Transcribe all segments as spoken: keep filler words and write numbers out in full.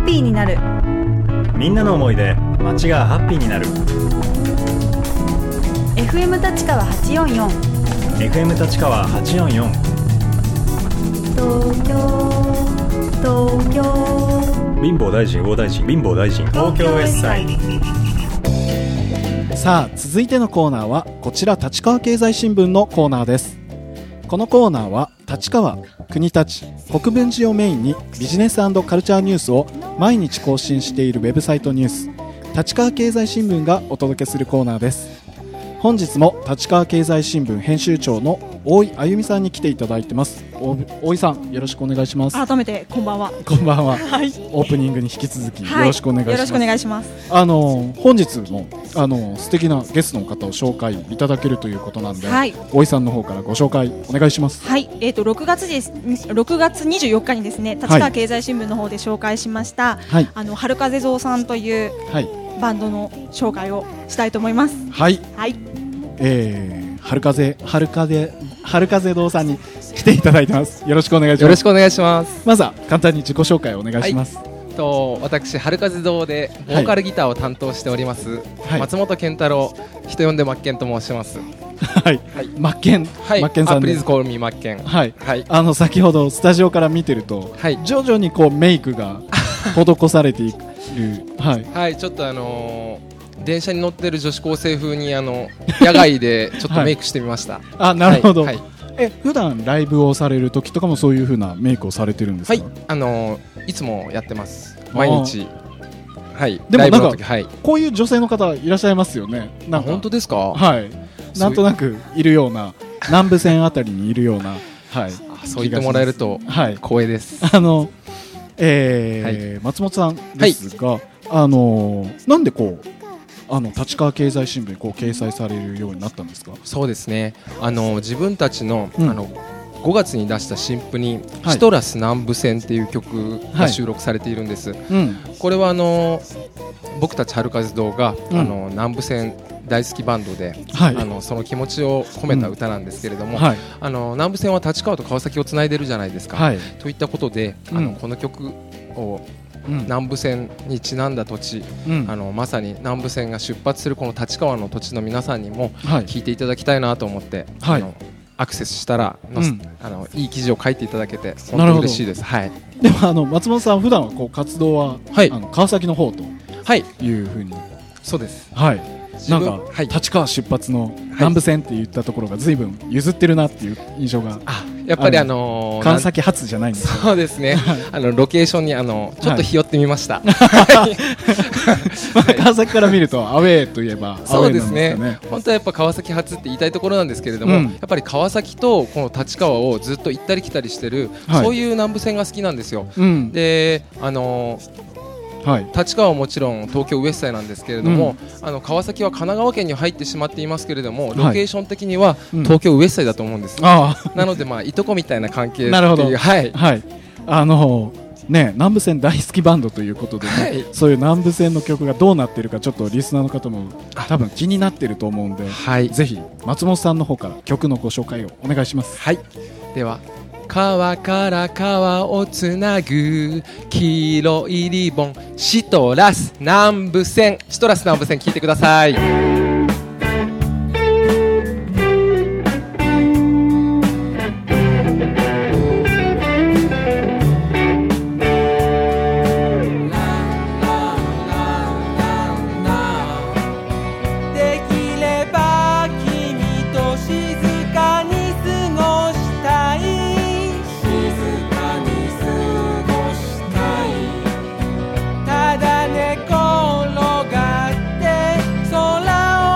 ピーになる。 みんなの思いで街がハッピーになる。 エフエム 立川はちよんよんエフエム 立川はちよんよん東京東京貧乏大臣大大臣貧乏大臣東京ウエストサイド。 さあ続いてのコーナーはこちら立川経済新聞のコーナーです。このコーナーは立川、国立、国分寺をメインにビジネス&カルチャーニュースを毎日更新しているウェブサイトニュース立川経済新聞がお届けするコーナーです。本日も立川経済新聞編集長の大井あゆみさんに来ていただいてます。大井さんよろしくお願いします。 改めてこんばんは。 こんばんは、 はい、 オープニングに引き続きよろしくお願いします、 はい、よろしくお願いします。 あの本日もあの素敵なゲストの方を紹介いただけるということなんで、はい、大井さんの方からご紹介お願いします。 はい、えーと、6月ですろくがつにじゅうよっかにですね立川経済新聞の方で紹介しました、はい、あの春風堂さんという、はい、バンドの紹介をしたいと思います。 はい、 はい、 えー、春風春風春風堂さんに来ていただいてます。よろしくお願いします。 よろしくお願いします。 まずは簡単に自己紹介をお願いします。 はい、と私春風堂でボーカルギターを担当しております、はい、松本健太郎、人呼んでマッケンと申します。 はい、はい、マッケン、はい、マッケンさんで、 プリーズコールミーマッケン。 はい、はい、あの先ほどスタジオから見てると、はい、徐々にこうメイクが施されていくはい、 はい、ちょっとあのー電車に乗ってる女子高生風にあの野外でちょっとメイクしてみました。はい、 あ、なるほど。はいはい、え普段ライブをされる時とかもそういう風なメイクをされてるんですか？ はい、あのー、いつもやってます。毎日。はい。 でもなんか、はい、こういう女性の方いらっしゃいますよね。なんか本当ですか？ はい。なんとなくいるような南部線あたりにいるような、はい。 あ、そう言ってもらえると光栄です。 はい、あの、えーはい、松本さんですが、はい、あのー、なんでこう。あの立川経済新聞にこう掲載されるようになったんですか？ そうですね、あの自分たち の,、うん、あのごがつに出した新譜に、はい、シトラス南部線っていう曲が収録されているんです。はい、うん、これはあの僕たち春風堂が、うん、あの南部線大好きバンドで、はい、あのその気持ちを込めた歌なんですけれども、うん、はい、あの南部線は立川と川崎をつないでるじゃないですか。はい、といったことで、うん、あのこの曲をうん、南部線にちなんだ土地、うん、あのまさに南部線が出発するこの立川の土地の皆さんにも聞いていただきたいなと思って、はい、あのアクセスしたらの、うん、あのいい記事を書いていただけて本当に嬉しいです。はい、 でもあの松本さん普段はこう活動は、はい、あの川崎の方というふうに、はい、 そうです。 はい、なんか、はい、立川出発の南部線って言ったところが随分譲ってるなっていう印象が、 あ、やっぱりあのー、 川崎発じゃないんですか？ そうですねあのロケーションにあのちょっとひよってみました。 はい、川崎から見るとアウェーといえばアウェーなんですかね。 そうですね、本当はやっぱ川崎発って言いたいところなんですけれども、うん、やっぱり川崎とこの立川をずっと行ったり来たりしてる、はい、そういう南部線が好きなんですよ。うん、であのーはい、立川はもちろん東京ウエストサイドなんですけれども、うん、あの川崎は神奈川県に入ってしまっていますけれども、ロケーション的には東京ウエストサイドだと思うんです。うん、なのでまあいとこみたいな関係っていう。 なるほど、はいはい、あのね、南部線大好きバンドということで、ね、はい、そういう南部線の曲がどうなっているかちょっとリスナーの方も多分気になっていると思うんで、はい、ぜひ松本さんの方から曲のご紹介をお願いします。 はい、では川から川をつなぐ黄色いリボン、シトラス南部線、シトラス南部線聞いてください。ただ寝転がって空を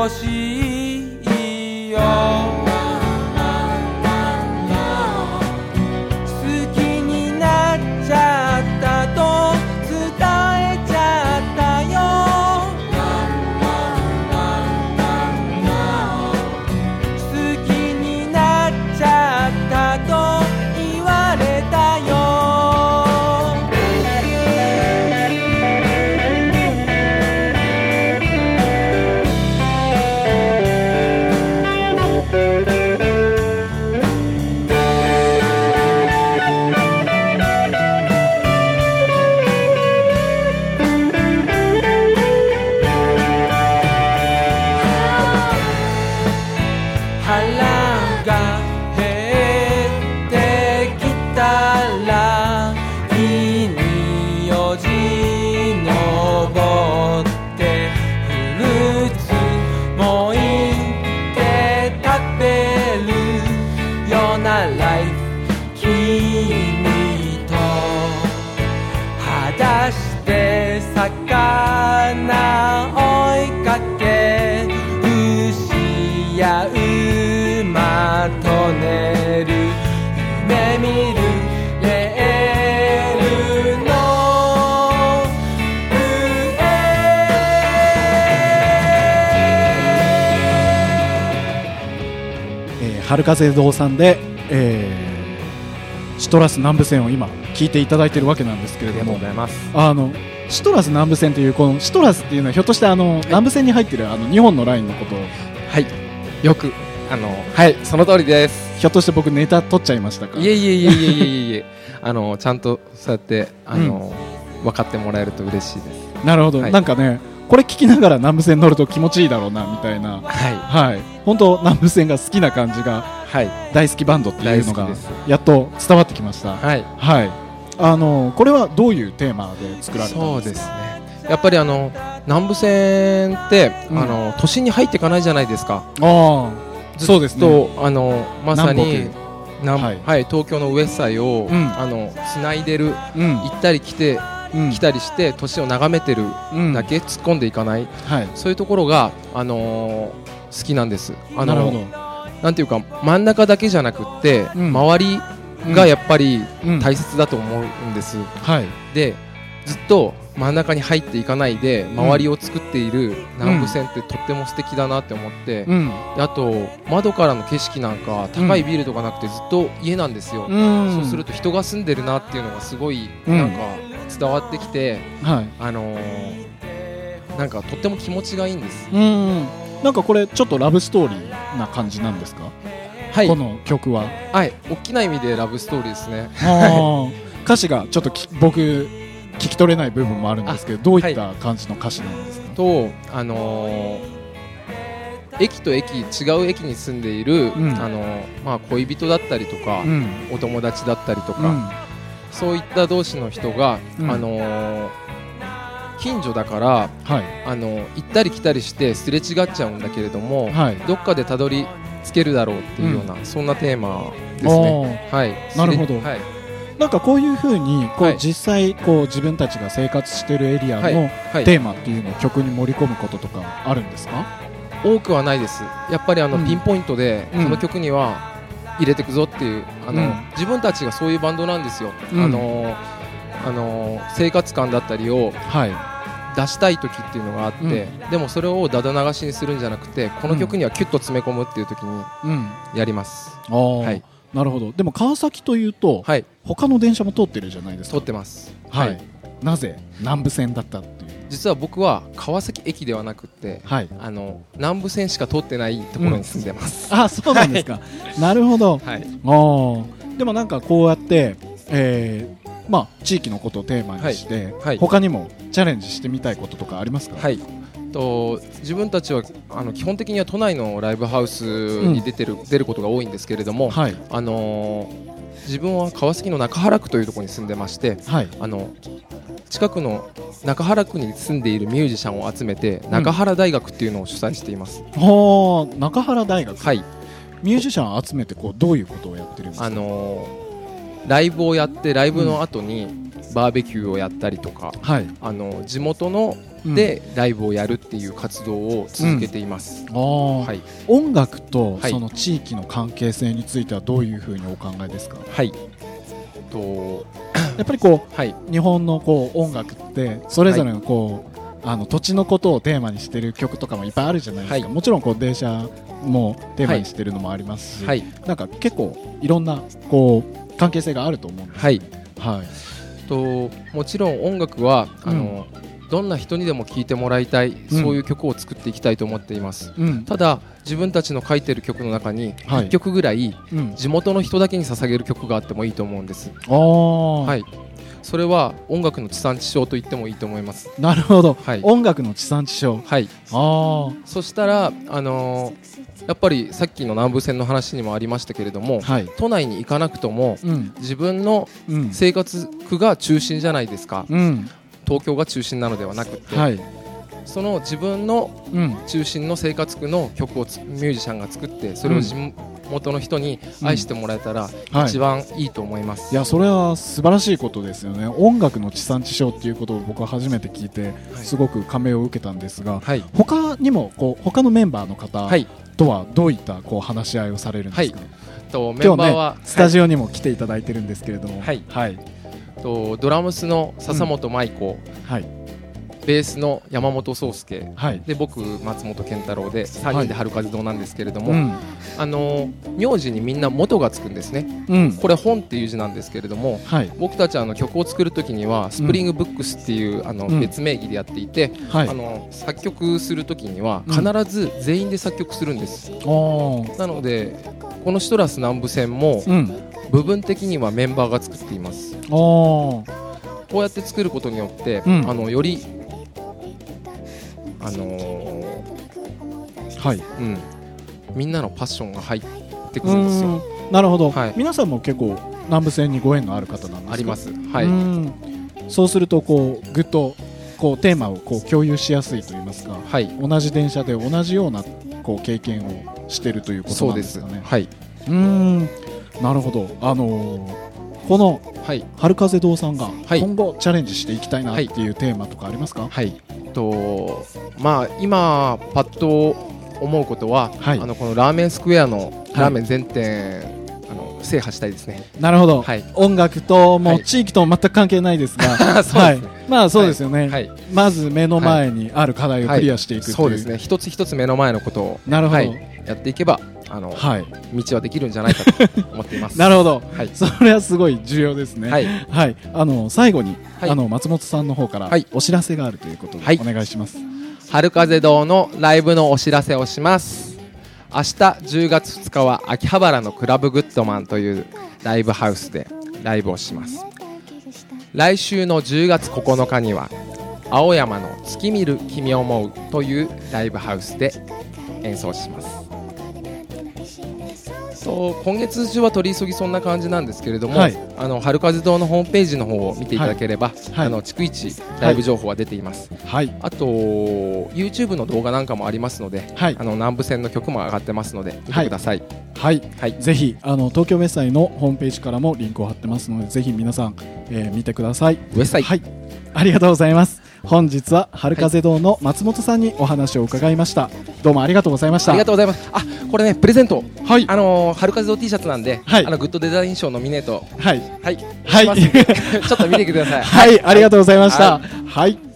ほしいよ。好きになっちゃったと伝えちゃったよ。好きになっちゃったと言われたよ。魚追いかけ牛や馬と寝る夢見るレールの上、 えー、春風堂さんで、えー、シトラス南部線を今聞いていただいているわけなんですけれども、 ありがとうございます。 あのシトラス南部線というこのシトラスっていうのはひょっとしてあの、はい、南部線に入っているあのにほんのラインのことを、 はい、よくあのはいその通りです。 ひょっとして僕ネタ取っちゃいましたか？ いえいえいえいえいえいえあのちゃんとそうやってあの、うん、分かってもらえると嬉しいです。 なるほど、はい、なんかねこれ聞きながら南部線乗ると気持ちいいだろうなみたいな、 はいはい、本当南部線が好きな感じが、はい、大好きバンドっていうのがやっと伝わってきました。 はい、 はい、あのこれはどういうテーマで作られたんですか？ そうですね、やっぱりあの南部線って、うん、あの都心に入っていかないじゃないですか。 あそうですね、 あのまさに南、 はいはい、東京のウエストサイを、うん、あのつないでる、うん、行ったり来て、うん、来たりして都心を眺めてるだけ、うん、突っ込んでいかない、はい、そういうところが、あのー、好きなんです。あのなるほど。 なんていうか真ん中だけじゃなくって、うん、周りがやっぱり大切だと思うんです、うんはい、でずっと真ん中に入っていかないで周りを作っている南部線ってとっても素敵だなって思って、うん、であと窓からの景色なんか高いビルとかなくてずっと家なんですよ、うん、そうすると人が住んでるなっていうのがすごいなんか伝わってきて、うんはい、あのー、なんかとっても気持ちがいいんです。 うんなんかこれちょっとラブストーリーな感じなんですか？はい、この曲は。 はい大きな意味でラブストーリーですね。 あ歌詞がちょっとき僕聞き取れない部分もあるんですけど、どういった感じの歌詞なんですか？ はい、と、あのー、駅と駅違う駅に住んでいる、うんあのーまあ、恋人だったりとか、うん、お友達だったりとか、うん、そういった同士の人が、うんあのー、近所だから、はい、あのー、行ったり来たりしてすれ違っちゃうんだけれども、はい、どっかでたどり着けるだろうっていうような、うん、そんなテーマですね。はい、 なるほど。はいなんかこういう風にこう、はい、実際こう自分たちが生活しているエリアのテーマっていうのを曲に盛り込むこととかあるんですか？ 多くはないです。やっぱりあの、うん、ピンポイントでこの曲には入れていくぞっていうあの、うん、自分たちがそういうバンドなんですよ、うん、あのあの生活感だったりを、はい、出したい時っていうのがあって、うん、でもそれをだだ流しにするんじゃなくてこの曲にはキュッと詰め込むっていう時にやります、うん、はいなるほど。でも川崎というと、はい、他の電車も通ってるじゃないですか。 通ってます、 はいはい、なぜ南部線だったっていう？ 実は僕は川崎駅ではなくて、はい、あの南部線しか通ってないところに住んでます、 うん、あそうなんですか、はい、なるほど、はい、あでもなんかこうやって、えーまあ、地域のことをテーマにして、はいはい、他にもチャレンジしてみたいこととかありますか？ はいと自分たちはあの基本的には都内のライブハウスに出てる、うん、出ることが多いんですけれども、はいあのー、自分は川崎の中原区というところに住んでまして、はい、あの近くの中原区に住んでいるミュージシャンを集めて、うん、中原大学っていうのを主催しています。 はあ、中原大学、 はい、 ミュージシャンを集めてこうどういうことをやってるんですか？ あのー、ライブをやってライブの後にバーベキューをやったりとか、うんはい、あの地元のでライブをやるっていう活動を続けています、 うん、はい、音楽とその地域の関係性についてはどういうふうにお考えですか？ はい、とやっぱりこう、 はい、 日本のこう音楽ってそれぞれのこう、はい、あの土地のことをテーマにしている曲とかもいっぱいあるじゃないですか、はい、もちろんこう電車もテーマにしているのもありますし、はい、なんか結構いろんなこう関係性があると思うんです、 はいはい、 ともちろん音楽はあの、うん、どんな人にでも聴いてもらいたい、うん、そういう曲を作っていきたいと思っています、うん、ただ自分たちの書いてる曲の中にいっきょくぐらい、はい、地元の人だけに捧げる曲があってもいいと思うんです、 うん、 はい、それは音楽の地産地消と言ってもいいと思います。 なるほど、はい、音楽の地産地消、 はい、あそしたら、あのー、やっぱりさっきの南武線の話にもありましたけれども、はい、都内に行かなくとも、うん、自分の生活区が中心じゃないですか、うん、東京が中心なのではなくて、はい、その自分の中心の生活区の曲をミュージシャンが作ってそれを地元の人に愛してもらえたら一番いいと思います、うんはい、 いやそれは素晴らしいことですよね。音楽の地産地消っていうことを僕は初めて聞いてすごく感銘を受けたんですが、はい、他にもこう他のメンバーの方とはどういったこう話し合いをされるんですか？はい、とメンバーは、ね、スタジオにも来ていただいてるんですけれども、はいはい、 とドラムスの笹本舞子、うんはい、ベースの山本壮介、はい、で僕松本健太郎でさんにんで春風堂なんですけれども、はいうん、あの名字にみんな元がつくんですね、うん、これ本っていう字なんですけれども、はい、僕たちあの曲を作るときにはスプリングブックスっていう、うん、あの別名義でやっていて、うんはい、あの作曲するときには必ず全員で作曲するんです、うん、なのでこのシトラス南武線も、うん、部分的にはメンバーが作っています。こうやって作ることによって、うん、あのよりあのーはいうん、みんなのパッションが入ってくるんですよ。 なるほど、はい、皆さんも結構南武線にご縁がある方なんですか？ あります、はい、 うんそうするとこうぐっとこうテーマをこう共有しやすいといいますか、はい、同じ電車で同じようなこう経験をしているということなんですかね。 はい、 うーんなるほど、あのー、この春風堂さんが今後チャレンジしていきたいなっていうテーマとかありますか？ はい、とまあ、今パッと思うことは、はい、あのこのラーメンスクエアのラーメン全店、はい、あの制覇したいですね。 なるほど、はい、音楽ともう地域と全く関係ないですが、はいそうですね、はい、まあそうですよね、はい、まず目の前にある課題をクリアしていくっていう、 はいはい、そうですね、一つ一つ目の前のことをなるほど、はい、 やっていけばあの、はい、道はできるんじゃないかと思っていますなるほど、はい、それはすごい重要ですね。はい、はい、あの最後に、はい、あの松本さんの方からお知らせがあるということで、はい、お願いします。 春風堂のライブのお知らせをします。明日じゅうがつふつかは秋葉原のクラブグッドマンというライブハウスでライブをします。来週のじゅうがつここのかには青山の月見る君を思うというライブハウスで演奏します。そう今月中は取り急ぎそんな感じなんですけれども、はい、あの春風堂のホームページの方を見ていただければ、はい、あの逐一ライブ情報は出ています、はい、あと YouTube の動画なんかもありますので、はい、あの南武線の曲も上がってますので見てください。 はい、はい、ぜひあの東京ウェッサイのホームページからもリンクを貼ってますのでぜひ皆さん、えー、見てください。 ウェッサイ、 はい、ありがとうございます。本日は春風堂の松本さんにお話を伺いました、はい、どうもありがとうございました。 ありがとうございます。あ、これねプレゼント、はい、あのー、春風堂 T シャツなんで、はい、あのグッドデザイン賞ノミネート、はいはい、はい、ちょっと見てください。 はい、はい、ありがとうございました。はい、はい。